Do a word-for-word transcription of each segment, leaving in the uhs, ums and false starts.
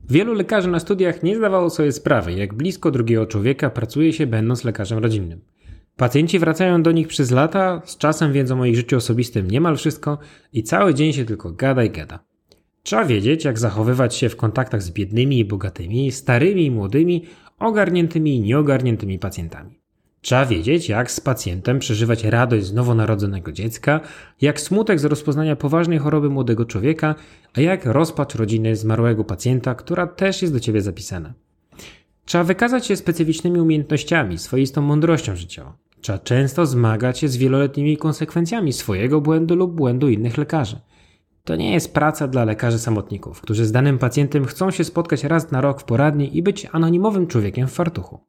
Wielu lekarzy na studiach nie zdawało sobie sprawy, jak blisko drugiego człowieka pracuje się będąc lekarzem rodzinnym. Pacjenci wracają do nich przez lata, z czasem wiedzą o ich życiu osobistym niemal wszystko i cały dzień się tylko gada i gada. Trzeba wiedzieć, jak zachowywać się w kontaktach z biednymi i bogatymi, starymi i młodymi, ogarniętymi i nieogarniętymi pacjentami. Trzeba wiedzieć, jak z pacjentem przeżywać radość z nowonarodzonego dziecka, jak smutek z rozpoznania poważnej choroby młodego człowieka, a jak rozpacz rodziny zmarłego pacjenta, która też jest do ciebie zapisana. Trzeba wykazać się specyficznymi umiejętnościami, swoistą mądrością życiową. Trzeba często zmagać się z wieloletnimi konsekwencjami swojego błędu lub błędu innych lekarzy. To nie jest praca dla lekarzy samotników, którzy z danym pacjentem chcą się spotkać raz na rok w poradni i być anonimowym człowiekiem w fartuchu.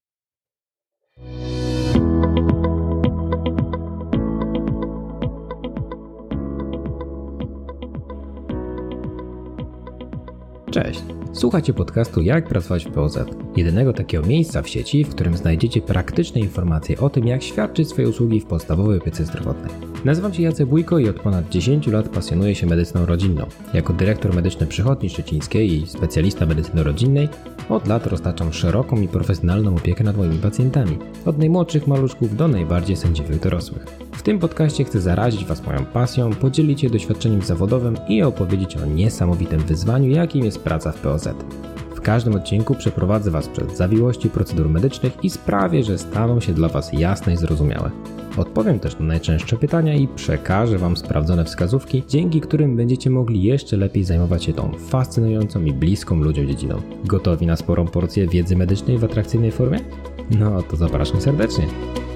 Cześć, słuchajcie podcastu Jak pracować w P O Z, jedynego takiego miejsca w sieci, w którym znajdziecie praktyczne informacje o tym, jak świadczyć swoje usługi w podstawowej opiece zdrowotnej. Nazywam się Jacek Bójko i od ponad dziesięciu lat pasjonuję się medycyną rodzinną. Jako dyrektor medyczny Przychodni Szczecińskiej i specjalista medycyny rodzinnej od lat roztaczam szeroką i profesjonalną opiekę nad moimi pacjentami, od najmłodszych maluszków do najbardziej sędziwych dorosłych. W tym podcaście chcę zarazić Was moją pasją, podzielić się doświadczeniem zawodowym i opowiedzieć o niesamowitym wyzwaniu, jakim jest praca w P O Z. W każdym odcinku przeprowadzę Was przez zawiłości procedur medycznych i sprawię, że staną się dla Was jasne i zrozumiałe. Odpowiem też na najczęstsze pytania i przekażę Wam sprawdzone wskazówki, dzięki którym będziecie mogli jeszcze lepiej zajmować się tą fascynującą i bliską ludziom dziedziną. Gotowi na sporą porcję wiedzy medycznej w atrakcyjnej formie? No to zapraszam serdecznie.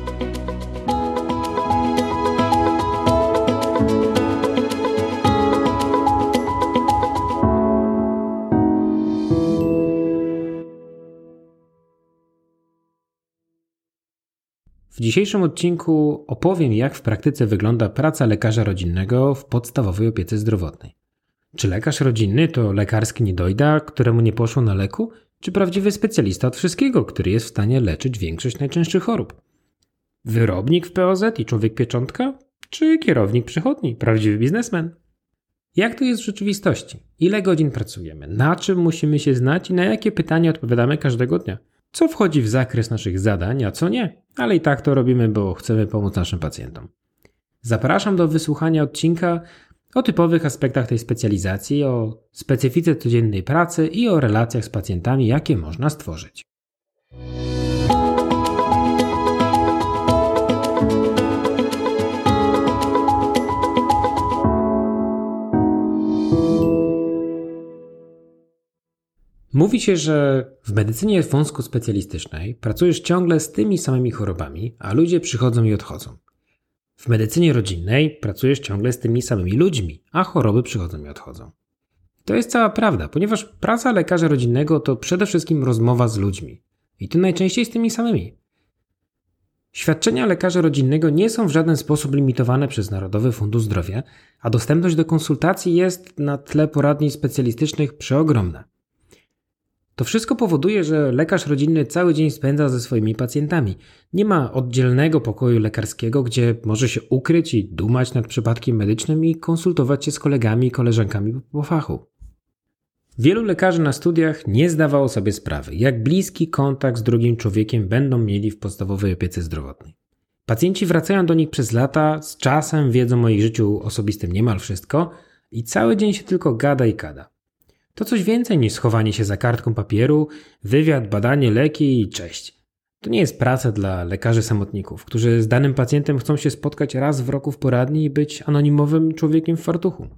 W dzisiejszym odcinku opowiem, jak w praktyce wygląda praca lekarza rodzinnego w podstawowej opiece zdrowotnej. Czy lekarz rodzinny to lekarski niedojda, któremu nie poszło na leku, czy prawdziwy specjalista od wszystkiego, który jest w stanie leczyć większość najczęstszych chorób? Wyrobnik w P O Z i człowiek pieczątka, czy kierownik przychodni, prawdziwy biznesmen? Jak to jest w rzeczywistości? Ile godzin pracujemy? Na czym musimy się znać i na jakie pytania odpowiadamy każdego dnia? Co wchodzi w zakres naszych zadań, a co nie? Ale i tak to robimy, bo chcemy pomóc naszym pacjentom. Zapraszam do wysłuchania odcinka o typowych aspektach tej specjalizacji, o specyfice codziennej pracy i o relacjach z pacjentami, jakie można stworzyć. Mówi się, że w medycynie wąskospecjalistycznej pracujesz ciągle z tymi samymi chorobami, a ludzie przychodzą i odchodzą. W medycynie rodzinnej pracujesz ciągle z tymi samymi ludźmi, a choroby przychodzą i odchodzą. To jest cała prawda, ponieważ praca lekarza rodzinnego to przede wszystkim rozmowa z ludźmi. I to najczęściej z tymi samymi. Świadczenia lekarza rodzinnego nie są w żaden sposób limitowane przez Narodowy Fundusz Zdrowia, a dostępność do konsultacji jest na tle poradni specjalistycznych przeogromna. To wszystko powoduje, że lekarz rodzinny cały dzień spędza ze swoimi pacjentami. Nie ma oddzielnego pokoju lekarskiego, gdzie może się ukryć i dumać nad przypadkiem medycznym i konsultować się z kolegami i koleżankami po fachu. Wielu lekarzy na studiach nie zdawało sobie sprawy, jak bliski kontakt z drugim człowiekiem będą mieli w podstawowej opiece zdrowotnej. Pacjenci wracają do nich przez lata, z czasem wiedzą o ich życiu osobistym niemal wszystko i cały dzień się tylko gada i gada. To coś więcej niż schowanie się za kartką papieru, wywiad, badanie, leki i cześć. To nie jest praca dla lekarzy samotników, którzy z danym pacjentem chcą się spotkać raz w roku w poradni i być anonimowym człowiekiem w fartuchu.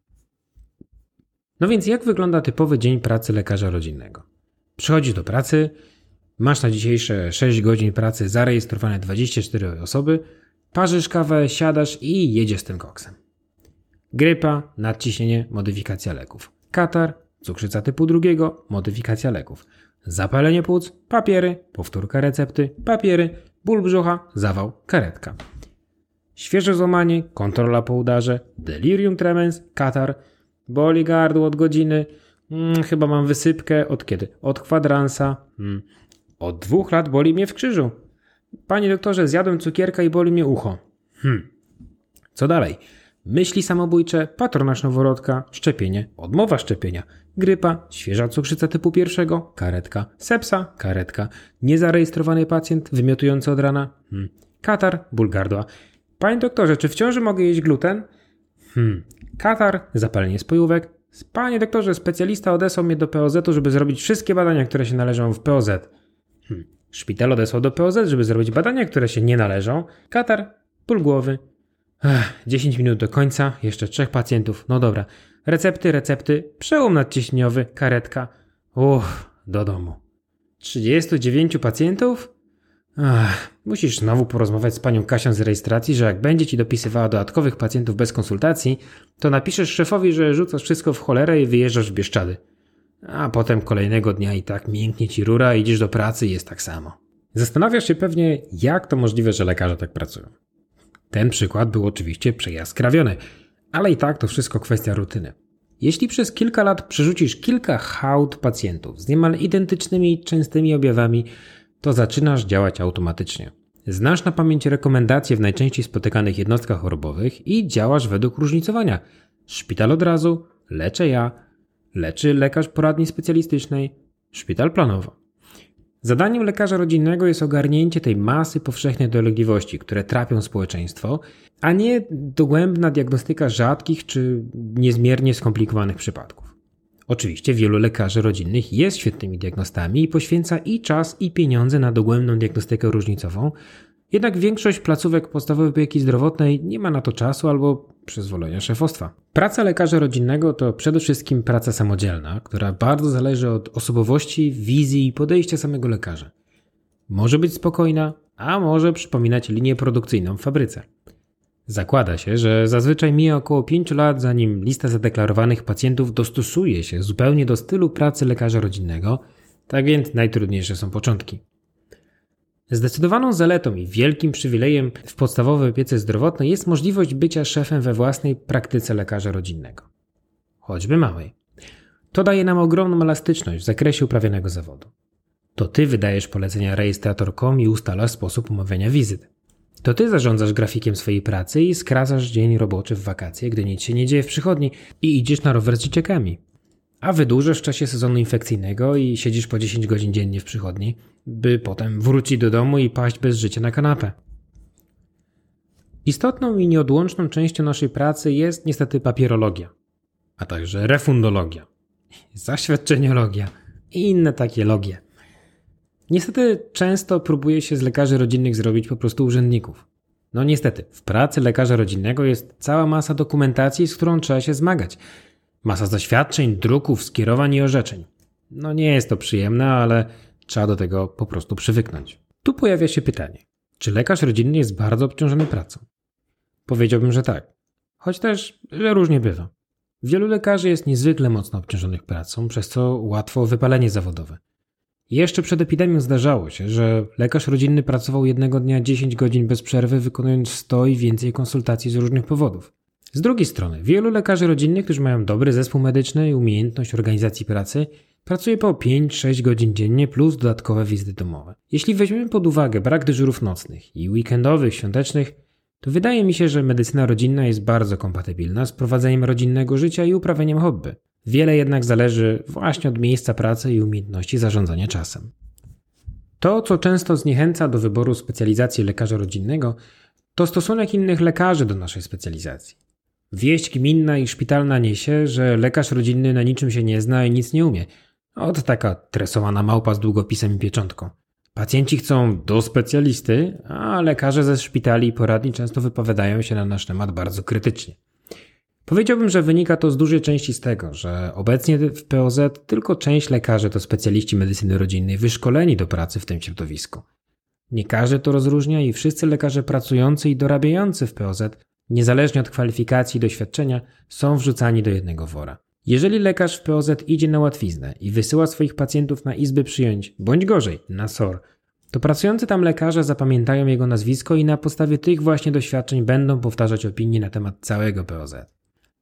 No więc jak wygląda typowy dzień pracy lekarza rodzinnego? Przychodzisz do pracy, masz na dzisiejsze sześć godzin pracy zarejestrowane dwadzieścia cztery osoby, parzysz kawę, siadasz i jedziesz z tym koksem. Grypa, nadciśnienie, modyfikacja leków. Katar, cukrzyca typu drugiego, modyfikacja leków. Zapalenie płuc, papiery, powtórka recepty, papiery, ból brzucha, zawał, karetka. Świeże złamanie, kontrola po udarze, delirium tremens, katar, boli gardło od godziny, hmm, chyba mam wysypkę, od kiedy? Od kwadransa, hmm. Od dwóch lat boli mnie w krzyżu. Panie doktorze, zjadłem cukierka i boli mnie ucho. Hmm. Co dalej? myśli samobójcze, patronaż noworodka, szczepienie, odmowa szczepienia, grypa, świeża cukrzyca typu pierwszego, karetka, sepsa, karetka, niezarejestrowany pacjent wymiotujący od rana, hmm. katar, ból gardła. Panie doktorze, czy w ciąży mogę jeść gluten? Hmm. Katar, zapalenie spojówek. Panie doktorze, specjalista odesłał mnie do P O Z-u, żeby zrobić wszystkie badania, które się należą w P O Z. Hmm. Szpital odesłał do P O Z, żeby zrobić badania, które się nie należą. Katar, ból głowy. Ech, dziesięć minut do końca, jeszcze trzech pacjentów. No dobra. Recepty, recepty, przełom nadciśnieniowy, karetka. Uff, do domu. trzydziestu dziewięciu pacjentów? Ach, musisz znowu porozmawiać z panią Kasią z rejestracji, że jak będzie ci dopisywała dodatkowych pacjentów bez konsultacji, to napiszesz szefowi, że rzucasz wszystko w cholerę i wyjeżdżasz w Bieszczady. A potem kolejnego dnia i tak mięknie ci rura, idziesz do pracy i jest tak samo. Zastanawiasz się pewnie, jak to możliwe, że lekarze tak pracują. Ten przykład był oczywiście przejaskrawiony, ale i tak to wszystko kwestia rutyny. Jeśli przez kilka lat przerzucisz kilka hałd pacjentów z niemal identycznymi, częstymi objawami, to zaczynasz działać automatycznie. Znasz na pamięć rekomendacje w najczęściej spotykanych jednostkach chorobowych i działasz według różnicowania. Szpital od razu, leczę ja, leczy lekarz poradni specjalistycznej, szpital planowo. Zadaniem lekarza rodzinnego jest ogarnięcie tej masy powszechnych dolegliwości, które trapią społeczeństwo, a nie dogłębna diagnostyka rzadkich czy niezmiernie skomplikowanych przypadków. Oczywiście wielu lekarzy rodzinnych jest świetnymi diagnostami i poświęca i czas, i pieniądze na dogłębną diagnostykę różnicową, jednak większość placówek podstawowej opieki zdrowotnej nie ma na to czasu albo przyzwolenia szefostwa. Praca lekarza rodzinnego to przede wszystkim praca samodzielna, która bardzo zależy od osobowości, wizji i podejścia samego lekarza. Może być spokojna, a może przypominać linię produkcyjną w fabryce. Zakłada się, że zazwyczaj mija około pięć lat, zanim lista zadeklarowanych pacjentów dostosuje się zupełnie do stylu pracy lekarza rodzinnego, tak więc najtrudniejsze są początki. Zdecydowaną zaletą i wielkim przywilejem w podstawowej opiece zdrowotnej jest możliwość bycia szefem we własnej praktyce lekarza rodzinnego. Choćby małej. To daje nam ogromną elastyczność w zakresie uprawianego zawodu. To ty wydajesz polecenia rejestratorkom i ustalasz sposób umawiania wizyt. To ty zarządzasz grafikiem swojej pracy i skracasz dzień roboczy w wakacje, gdy nic się nie dzieje w przychodni i idziesz na rower z dzieciakami. A wydłużasz w czasie sezonu infekcyjnego i siedzisz po dziesięć godzin dziennie w przychodni, by potem wrócić do domu i paść bez życia na kanapę. Istotną i nieodłączną częścią naszej pracy jest niestety papierologia, a także refundologia, zaświadczeniologia i inne takie logie. Niestety często próbuje się z lekarzy rodzinnych zrobić po prostu urzędników. No niestety, w pracy lekarza rodzinnego jest cała masa dokumentacji, z którą trzeba się zmagać. Masa zaświadczeń, druków, skierowań i orzeczeń. No nie jest to przyjemne, ale trzeba do tego po prostu przywyknąć. Tu pojawia się pytanie, czy lekarz rodzinny jest bardzo obciążony pracą? Powiedziałbym, że tak. Choć też, że różnie bywa. Wielu lekarzy jest niezwykle mocno obciążonych pracą, przez co łatwo wypalenie zawodowe. Jeszcze przed epidemią zdarzało się, że lekarz rodzinny pracował jednego dnia dziesięć godzin bez przerwy, wykonując sto i więcej konsultacji z różnych powodów. Z drugiej strony, wielu lekarzy rodzinnych, którzy mają dobry zespół medyczny i umiejętność organizacji pracy, pracuje po pięć sześć godzin dziennie plus dodatkowe wizyty domowe. Jeśli weźmiemy pod uwagę brak dyżurów nocnych i weekendowych, świątecznych, to wydaje mi się, że medycyna rodzinna jest bardzo kompatybilna z prowadzeniem rodzinnego życia i uprawianiem hobby. Wiele jednak zależy właśnie od miejsca pracy i umiejętności zarządzania czasem. To, co często zniechęca do wyboru specjalizacji lekarza rodzinnego, to stosunek innych lekarzy do naszej specjalizacji. Wieść gminna i szpitalna niesie, że lekarz rodzinny na niczym się nie zna i nic nie umie. Oto taka tresowana małpa z długopisem i pieczątką. Pacjenci chcą do specjalisty, a lekarze ze szpitali i poradni często wypowiadają się na nasz temat bardzo krytycznie. Powiedziałbym, że wynika to z dużej części z tego, że obecnie w P O Z tylko część lekarzy to specjaliści medycyny rodzinnej wyszkoleni do pracy w tym środowisku. Nie każdy to rozróżnia i wszyscy lekarze pracujący i dorabiający w P O Z, niezależnie od kwalifikacji i doświadczenia, są wrzucani do jednego wora. Jeżeli lekarz w P O Z idzie na łatwiznę i wysyła swoich pacjentów na izby przyjęć, bądź gorzej, na S O R, to pracujący tam lekarze zapamiętają jego nazwisko i na podstawie tych właśnie doświadczeń będą powtarzać opinie na temat całego P O Z.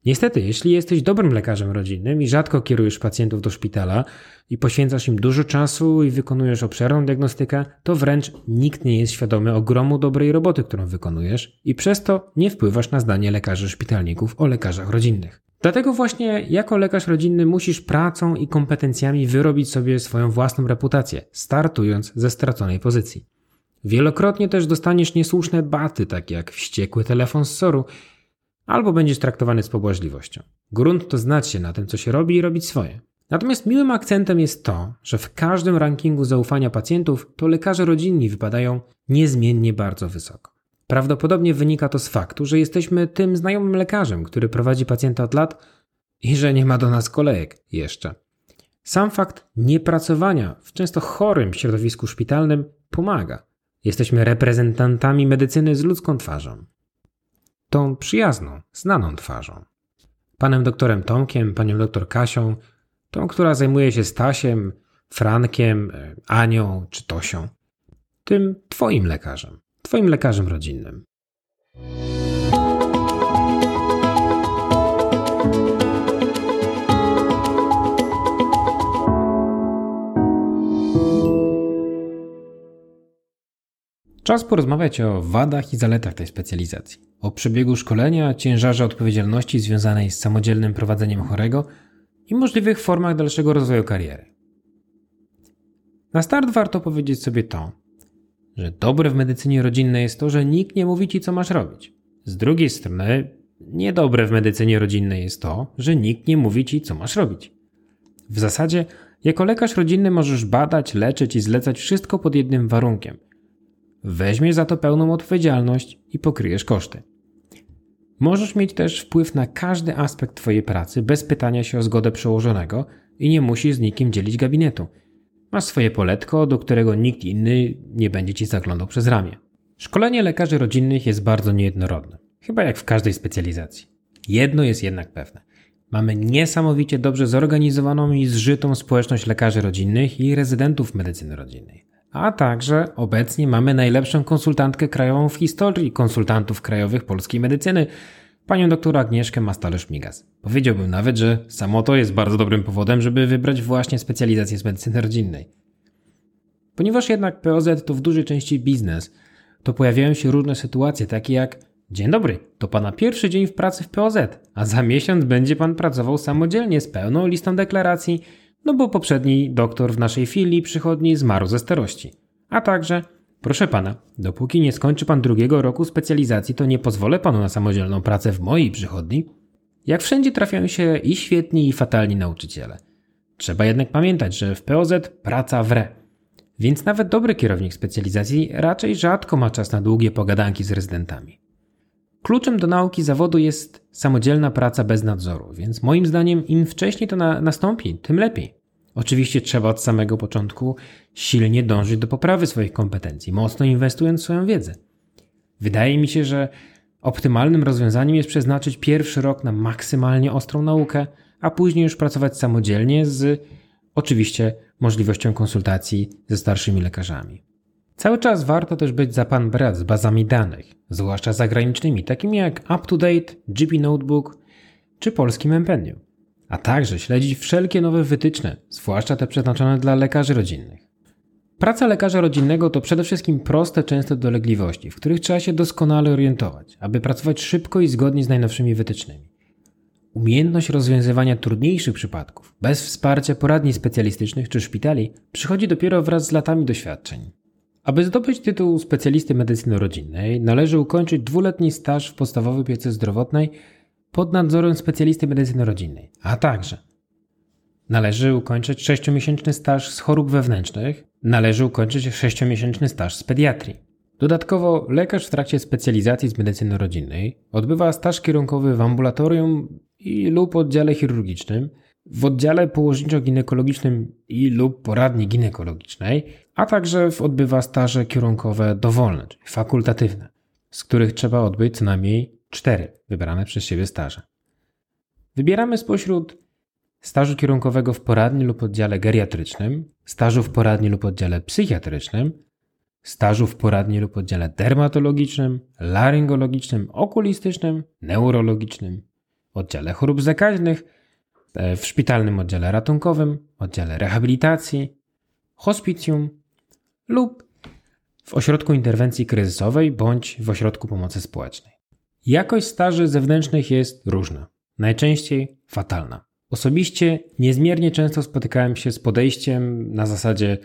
Niestety, jeśli jesteś dobrym lekarzem rodzinnym i rzadko kierujesz pacjentów do szpitala i poświęcasz im dużo czasu i wykonujesz obszerną diagnostykę, to wręcz nikt nie jest świadomy ogromu dobrej roboty, którą wykonujesz i przez to nie wpływasz na zdanie lekarzy szpitalników o lekarzach rodzinnych. Dlatego właśnie jako lekarz rodzinny musisz pracą i kompetencjami wyrobić sobie swoją własną reputację, startując ze straconej pozycji. Wielokrotnie też dostaniesz niesłuszne baty, takie jak wściekły telefon z soru, albo będziesz traktowany z pobłażliwością. Grunt to znać się na tym, co się robi i robić swoje. Natomiast miłym akcentem jest to, że w każdym rankingu zaufania pacjentów to lekarze rodzinni wypadają niezmiennie bardzo wysoko. Prawdopodobnie wynika to z faktu, że jesteśmy tym znajomym lekarzem, który prowadzi pacjenta od lat i że nie ma do nas kolejek jeszcze. Sam fakt niepracowania w często chorym środowisku szpitalnym pomaga. Jesteśmy reprezentantami medycyny z ludzką twarzą. Tą przyjazną, znaną twarzą. Panem doktorem Tomkiem, panią doktor Kasią, tą, która zajmuje się Stasiem, Frankiem, Anią czy Tosią. Tym twoim lekarzem, twoim lekarzem rodzinnym. Czas porozmawiać o wadach i zaletach tej specjalizacji, o przebiegu szkolenia, ciężarze odpowiedzialności związanej z samodzielnym prowadzeniem chorego i możliwych formach dalszego rozwoju kariery. Na start warto powiedzieć sobie to, że dobre w medycynie rodzinnej jest to, że nikt nie mówi ci, co masz robić. Z drugiej strony, niedobre w medycynie rodzinnej jest to, że nikt nie mówi ci, co masz robić. W zasadzie, jako lekarz rodzinny możesz badać, leczyć i zlecać wszystko pod jednym warunkiem. Weźmiesz za to pełną odpowiedzialność i pokryjesz koszty. Możesz mieć też wpływ na każdy aspekt twojej pracy bez pytania się o zgodę przełożonego i nie musisz z nikim dzielić gabinetu. Masz swoje poletko, do którego nikt inny nie będzie ci zaglądał przez ramię. Szkolenie lekarzy rodzinnych jest bardzo niejednorodne, chyba jak w każdej specjalizacji. Jedno jest jednak pewne. Mamy niesamowicie dobrze zorganizowaną i zżytą społeczność lekarzy rodzinnych i rezydentów medycyny rodzinnej. A także obecnie mamy najlepszą konsultantkę krajową w historii konsultantów krajowych polskiej medycyny, panią doktor Agnieszkę Mastalerz-Migas. Powiedziałbym nawet, że samo to jest bardzo dobrym powodem, żeby wybrać właśnie specjalizację z medycyny rodzinnej. Ponieważ jednak P O Z to w dużej części biznes, to pojawiają się różne sytuacje, takie jak: dzień dobry, to pana pierwszy dzień w pracy w P O Z, a za miesiąc będzie pan pracował samodzielnie z pełną listą deklaracji, no bo poprzedni doktor w naszej filii przychodni zmarł ze starości. A także: proszę pana, dopóki nie skończy pan drugiego roku specjalizacji, to nie pozwolę panu na samodzielną pracę w mojej przychodni. Jak wszędzie trafiają się i świetni, i fatalni nauczyciele. Trzeba jednak pamiętać, że w P O Z praca wre. Więc nawet dobry kierownik specjalizacji raczej rzadko ma czas na długie pogadanki z rezydentami. Kluczem do nauki zawodu jest samodzielna praca bez nadzoru, więc moim zdaniem im wcześniej to na, nastąpi, tym lepiej. Oczywiście trzeba od samego początku silnie dążyć do poprawy swoich kompetencji, mocno inwestując w swoją wiedzę. Wydaje mi się, że optymalnym rozwiązaniem jest przeznaczyć pierwszy rok na maksymalnie ostrą naukę, a później już pracować samodzielnie z oczywiście możliwością konsultacji ze starszymi lekarzami. Cały czas warto też być za pan brat z bazami danych, zwłaszcza zagranicznymi, takimi jak UpToDate, G P Notebook czy polskim Empendium, a także śledzić wszelkie nowe wytyczne, zwłaszcza te przeznaczone dla lekarzy rodzinnych. Praca lekarza rodzinnego to przede wszystkim proste, częste dolegliwości, w których trzeba się doskonale orientować, aby pracować szybko i zgodnie z najnowszymi wytycznymi. Umiejętność rozwiązywania trudniejszych przypadków, bez wsparcia poradni specjalistycznych czy szpitali, przychodzi dopiero wraz z latami doświadczeń. Aby zdobyć tytuł specjalisty medycyny rodzinnej, należy ukończyć dwuletni staż w podstawowej opiece zdrowotnej pod nadzorem specjalisty medycyny rodzinnej, a także należy ukończyć sześciomiesięczny staż z chorób wewnętrznych, należy ukończyć sześciomiesięczny staż z pediatrii. Dodatkowo lekarz w trakcie specjalizacji z medycyny rodzinnej odbywa staż kierunkowy w ambulatorium i lub oddziale chirurgicznym, w oddziale położniczo-ginekologicznym i lub poradni ginekologicznej, a także odbywa staże kierunkowe dowolne, czyli fakultatywne, z których trzeba odbyć co najmniej cztery wybrane przez siebie staże. Wybieramy spośród stażu kierunkowego w poradni lub oddziale geriatrycznym, stażu w poradni lub oddziale psychiatrycznym, stażu w poradni lub oddziale dermatologicznym, laryngologicznym, okulistycznym, neurologicznym, oddziale chorób zakaźnych, w szpitalnym oddziale ratunkowym, oddziale rehabilitacji, hospicjum lub w ośrodku interwencji kryzysowej bądź w ośrodku pomocy społecznej. Jakość staży zewnętrznych jest różna, najczęściej fatalna. Osobiście niezmiernie często spotykałem się z podejściem na zasadzie: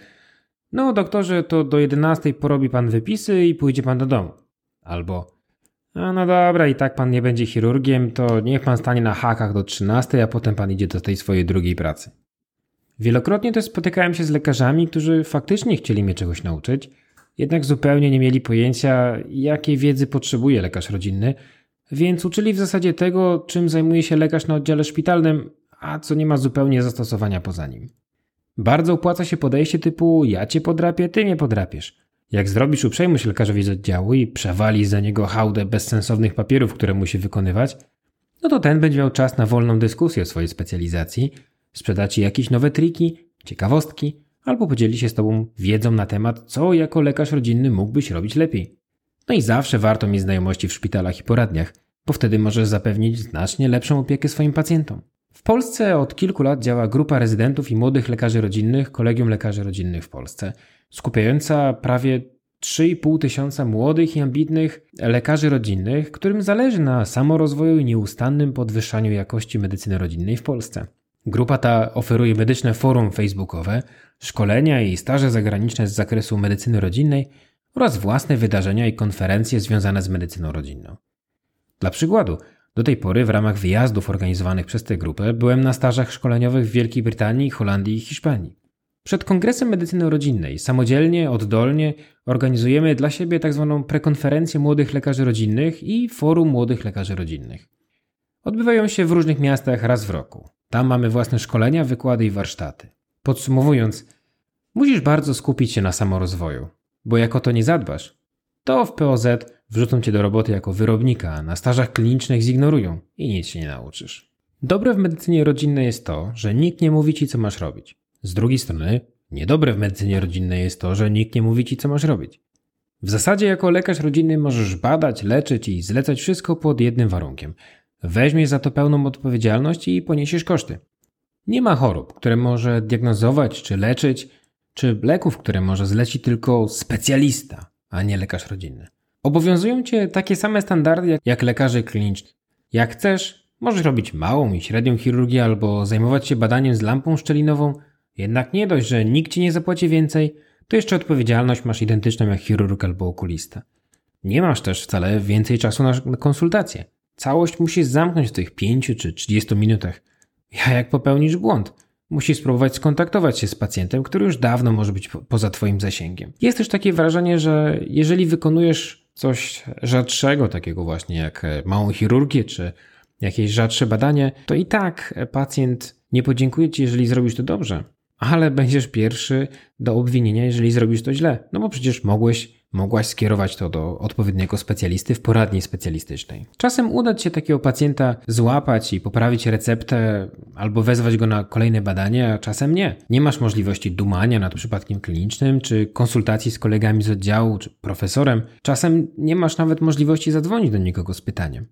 no doktorze, to do jedenastej porobi pan wypisy i pójdzie pan do domu. Albo: a no dobra, i tak pan nie będzie chirurgiem, to niech pan stanie na hakach do trzynastej, a potem pan idzie do tej swojej drugiej pracy. Wielokrotnie też spotykałem się z lekarzami, którzy faktycznie chcieli mnie czegoś nauczyć, jednak zupełnie nie mieli pojęcia, jakiej wiedzy potrzebuje lekarz rodzinny, więc uczyli w zasadzie tego, czym zajmuje się lekarz na oddziale szpitalnym, a co nie ma zupełnie zastosowania poza nim. Bardzo opłaca się podejście typu: ja cię podrapię, ty mnie podrapiesz. Jak zrobisz uprzejmość lekarzowi z oddziału i przewalisz za niego hałdę bezsensownych papierów, które musi wykonywać, no to ten będzie miał czas na wolną dyskusję o swojej specjalizacji, sprzeda ci jakieś nowe triki, ciekawostki, albo podzieli się z tobą wiedzą na temat, co jako lekarz rodzinny mógłbyś robić lepiej. No i zawsze warto mieć znajomości w szpitalach i poradniach, bo wtedy możesz zapewnić znacznie lepszą opiekę swoim pacjentom. W Polsce od kilku lat działa grupa rezydentów i młodych lekarzy rodzinnych Kolegium Lekarzy Rodzinnych w Polsce, skupiająca prawie trzy i pół tysiąca młodych i ambitnych lekarzy rodzinnych, którym zależy na samorozwoju i nieustannym podwyższaniu jakości medycyny rodzinnej w Polsce. Grupa ta oferuje medyczne forum facebookowe, szkolenia i staże zagraniczne z zakresu medycyny rodzinnej oraz własne wydarzenia i konferencje związane z medycyną rodzinną. Dla przykładu, do tej pory w ramach wyjazdów organizowanych przez tę grupę byłem na stażach szkoleniowych w Wielkiej Brytanii, Holandii i Hiszpanii. Przed Kongresem Medycyny Rodzinnej samodzielnie, oddolnie organizujemy dla siebie tzw. prekonferencję młodych lekarzy rodzinnych i forum młodych lekarzy rodzinnych. Odbywają się w różnych miastach raz w roku. Tam mamy własne szkolenia, wykłady i warsztaty. Podsumowując, musisz bardzo skupić się na samorozwoju, bo jak o to nie zadbasz, to w P O Z wrzucą cię do roboty jako wyrobnika, a na stażach klinicznych zignorują i nic się nie nauczysz. Dobre w medycynie rodzinnej jest to, że nikt nie mówi ci, co masz robić. Z drugiej strony, niedobre w medycynie rodzinnej jest to, że nikt nie mówi ci, co masz robić. W zasadzie jako lekarz rodzinny możesz badać, leczyć i zlecać wszystko pod jednym warunkiem. Weźmiesz za to pełną odpowiedzialność i poniesiesz koszty. Nie ma chorób, które może diagnozować czy leczyć, czy leków, które może zlecić tylko specjalista, a nie lekarz rodzinny. Obowiązują cię takie same standardy jak, jak lekarze kliniczni. Jak chcesz, możesz robić małą i średnią chirurgię albo zajmować się badaniem z lampą szczelinową, jednak nie dość, że nikt ci nie zapłaci więcej, to jeszcze odpowiedzialność masz identyczną jak chirurg albo okulista. Nie masz też wcale więcej czasu na konsultacje. Całość musisz zamknąć w tych pięciu czy trzydziestu minutach. A jak popełnisz błąd, musisz spróbować skontaktować się z pacjentem, który już dawno może być po- poza twoim zasięgiem. Jest też takie wrażenie, że jeżeli wykonujesz coś rzadszego, takiego właśnie jak małą chirurgię czy jakieś rzadsze badanie, to i tak pacjent nie podziękuje ci, jeżeli zrobisz to dobrze, ale będziesz pierwszy do obwinienia, jeżeli zrobisz to źle. No bo przecież mogłeś, mogłaś skierować to do odpowiedniego specjalisty w poradni specjalistycznej. Czasem uda ci się takiego pacjenta złapać i poprawić receptę albo wezwać go na kolejne badanie, a czasem nie. Nie masz możliwości dumania nad przypadkiem klinicznym, czy konsultacji z kolegami z oddziału, czy profesorem. Czasem nie masz nawet możliwości zadzwonić do nikogo z pytaniem.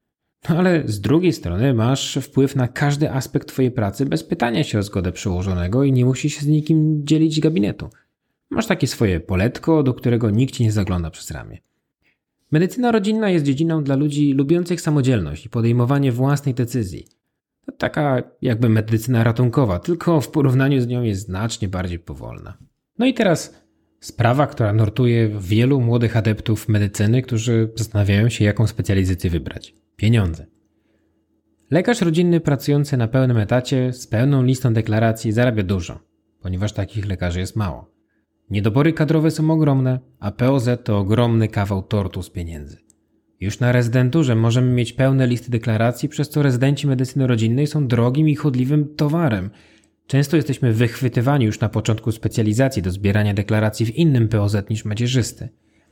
No ale z drugiej strony masz wpływ na każdy aspekt twojej pracy bez pytania się o zgodę przełożonego i nie musisz się z nikim dzielić gabinetu. Masz takie swoje poletko, do którego nikt ci nie zagląda przez ramię. Medycyna rodzinna jest dziedziną dla ludzi lubiących samodzielność i podejmowanie własnych decyzji. To taka jakby medycyna ratunkowa, tylko w porównaniu z nią jest znacznie bardziej powolna. No i teraz sprawa, która nurtuje wielu młodych adeptów medycyny, którzy zastanawiają się, jaką specjalizację wybrać. Pieniądze. Lekarz rodzinny pracujący na pełnym etacie z pełną listą deklaracji zarabia dużo, ponieważ takich lekarzy jest mało. Niedobory kadrowe są ogromne, a P O Z to ogromny kawał tortu z pieniędzy. Już na rezydenturze możemy mieć pełne listy deklaracji, przez co rezydenci medycyny rodzinnej są drogim i chodliwym towarem. Często jesteśmy wychwytywani już na początku specjalizacji do zbierania deklaracji w innym P O Z niż macierzysty.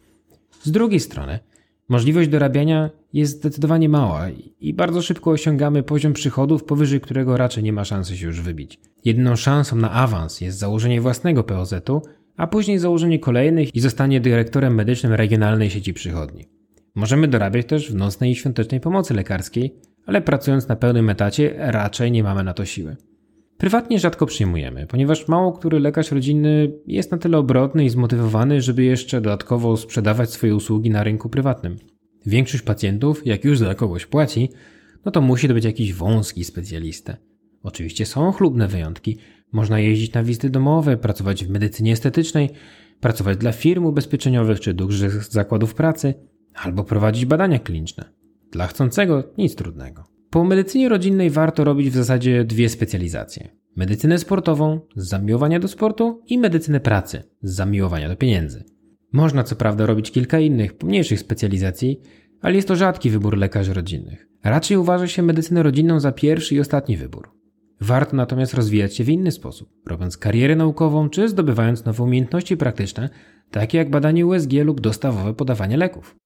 Z drugiej strony, możliwość dorabiania jest zdecydowanie mała i bardzo szybko osiągamy poziom przychodów, powyżej którego raczej nie ma szansy się już wybić. Jedyną szansą na awans jest założenie własnego P O Z-u, a później założenie kolejnych i zostanie dyrektorem medycznym regionalnej sieci przychodni. Możemy dorabiać też w nocnej i świątecznej pomocy lekarskiej, ale pracując na pełnym etacie raczej nie mamy na to siły. Prywatnie rzadko przyjmujemy, ponieważ mało który lekarz rodzinny jest na tyle obrotny i zmotywowany, żeby jeszcze dodatkowo sprzedawać swoje usługi na rynku prywatnym. Większość pacjentów, jak już za kogoś płaci, no to musi to być jakiś wąski specjalista. Oczywiście są chlubne wyjątki. Można jeździć na wizyty domowe, pracować w medycynie estetycznej, pracować dla firm ubezpieczeniowych czy dużych zakładów pracy, albo prowadzić badania kliniczne. Dla chcącego nic trudnego. Po medycynie rodzinnej warto robić w zasadzie dwie specjalizacje. Medycynę sportową z zamiłowania do sportu i medycynę pracy z zamiłowania do pieniędzy. Można co prawda robić kilka innych, pomniejszych specjalizacji, ale jest to rzadki wybór lekarzy rodzinnych. Raczej uważa się medycynę rodzinną za pierwszy i ostatni wybór. Warto natomiast rozwijać się w inny sposób, robiąc karierę naukową czy zdobywając nowe umiejętności praktyczne, takie jak badanie U S G lub dostawowe podawanie leków.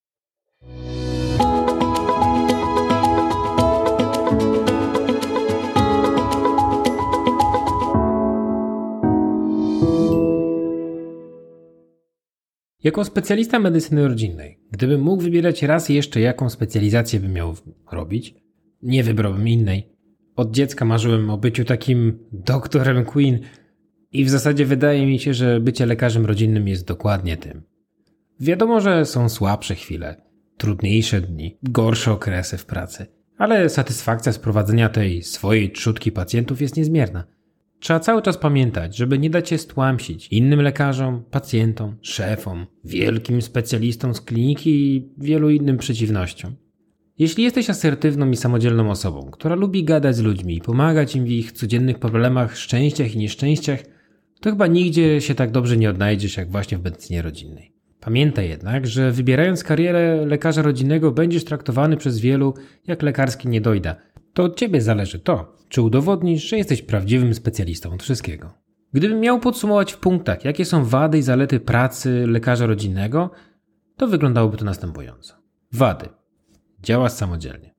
Jako specjalista medycyny rodzinnej, gdybym mógł wybierać raz jeszcze jaką specjalizację bym miał robić, nie wybrałbym innej. Od dziecka marzyłem o byciu takim doktorem Queen i w zasadzie wydaje mi się, że bycie lekarzem rodzinnym jest dokładnie tym. Wiadomo, że są słabsze chwile, trudniejsze dni, gorsze okresy w pracy, ale satysfakcja z prowadzenia tej swojej trzutki pacjentów jest niezmierna. Trzeba cały czas pamiętać, żeby nie dać się stłamsić innym lekarzom, pacjentom, szefom, wielkim specjalistom z kliniki i wielu innym przeciwnościom. Jeśli jesteś asertywną i samodzielną osobą, która lubi gadać z ludźmi i pomagać im w ich codziennych problemach, szczęściach i nieszczęściach, to chyba nigdzie się tak dobrze nie odnajdziesz jak właśnie w medycynie rodzinnej. Pamiętaj jednak, że wybierając karierę lekarza rodzinnego będziesz traktowany przez wielu jak lekarski niedojda. To od ciebie zależy to, czy udowodnisz, że jesteś prawdziwym specjalistą od wszystkiego. Gdybym miał podsumować w punktach, jakie są wady i zalety pracy lekarza rodzinnego, to wyglądałoby to następująco. Wady. Działasz samodzielnie.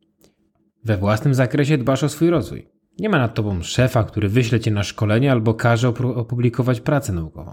We własnym zakresie dbasz o swój rozwój. Nie ma nad tobą szefa, który wyśle cię na szkolenie albo każe opublikować pracę naukową.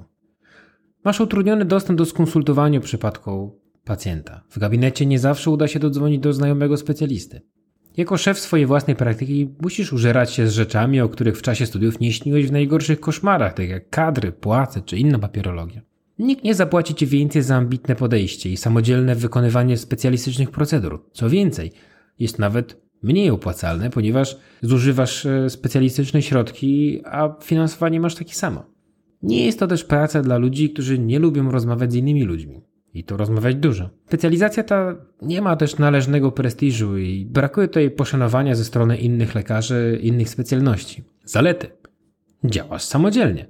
Masz utrudniony dostęp do skonsultowania w przypadku pacjenta. W gabinecie nie zawsze uda się dodzwonić do znajomego specjalisty. Jako szef swojej własnej praktyki musisz użerać się z rzeczami, o których w czasie studiów nie śniłeś w najgorszych koszmarach, tak jak kadry, płace czy inna papierologia. Nikt nie zapłaci ci więcej za ambitne podejście i samodzielne wykonywanie specjalistycznych procedur. Co więcej, jest nawet mniej opłacalne, ponieważ zużywasz specjalistyczne środki, a finansowanie masz takie samo. Nie jest to też praca dla ludzi, którzy nie lubią rozmawiać z innymi ludźmi. I to rozmawiać dużo. Specjalizacja ta nie ma też należnego prestiżu i brakuje tutaj poszanowania ze strony innych lekarzy, innych specjalności. Zalety. Działasz samodzielnie.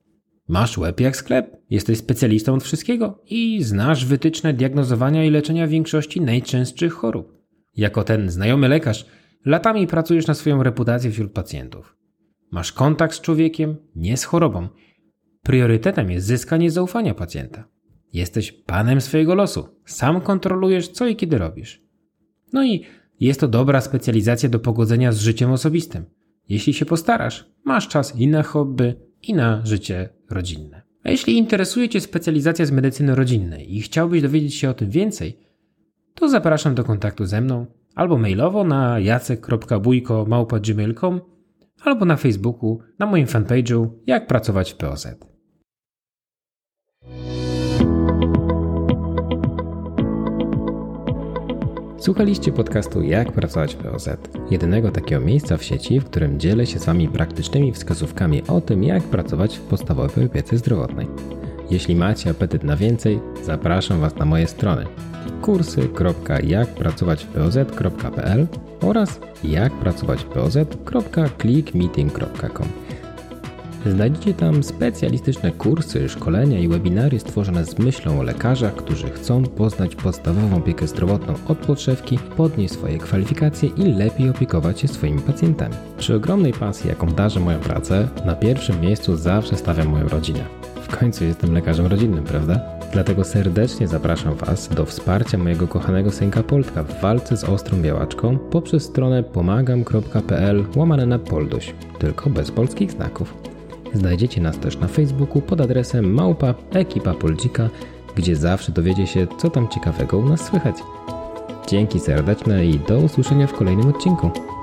Masz łeb jak sklep, jesteś specjalistą od wszystkiego i znasz wytyczne diagnozowania i leczenia większości najczęstszych chorób. Jako ten znajomy lekarz latami pracujesz na swoją reputację wśród pacjentów. Masz kontakt z człowiekiem, nie z chorobą. Priorytetem jest zyskanie zaufania pacjenta. Jesteś panem swojego losu. Sam kontrolujesz, co i kiedy robisz. No i jest to dobra specjalizacja do pogodzenia z życiem osobistym. Jeśli się postarasz, masz czas i na hobby, i na życie rodzinne. A jeśli interesuje cię specjalizacja z medycyny rodzinnej i chciałbyś dowiedzieć się o tym więcej, to zapraszam do kontaktu ze mną albo mailowo na jacek kropka bujko małpa gmail kropka com albo na Facebooku na moim fanpage'u Jak pracować w P O Z. Słuchaliście podcastu Jak pracować w P O Z, jedynego takiego miejsca w sieci, w którym dzielę się z Wami praktycznymi wskazówkami o tym, jak pracować w podstawowej opiece zdrowotnej. Jeśli macie apetyt na więcej, zapraszam Was na moje strony kursy kropka jak pracować w p o z kropka p l oraz jak pracować w p o z kropka click meeting kropka com. Znajdziecie tam specjalistyczne kursy, szkolenia i webinary stworzone z myślą o lekarzach, którzy chcą poznać podstawową opiekę zdrowotną od podszewki, podnieść swoje kwalifikacje i lepiej opiekować się swoimi pacjentami. Przy ogromnej pasji, jaką darzę moją pracę, na pierwszym miejscu zawsze stawiam moją rodzinę. W końcu jestem lekarzem rodzinnym, prawda? Dlatego serdecznie zapraszam Was do wsparcia mojego kochanego synka Poltka w walce z ostrą białaczką poprzez stronę pomagam kropka p l łamane na Polduś, tylko bez polskich znaków. Znajdziecie nas też na Facebooku pod adresem małpa ekipa Poldzika, gdzie zawsze dowiecie się, co tam ciekawego u nas słychać. Dzięki serdeczne i do usłyszenia w kolejnym odcinku.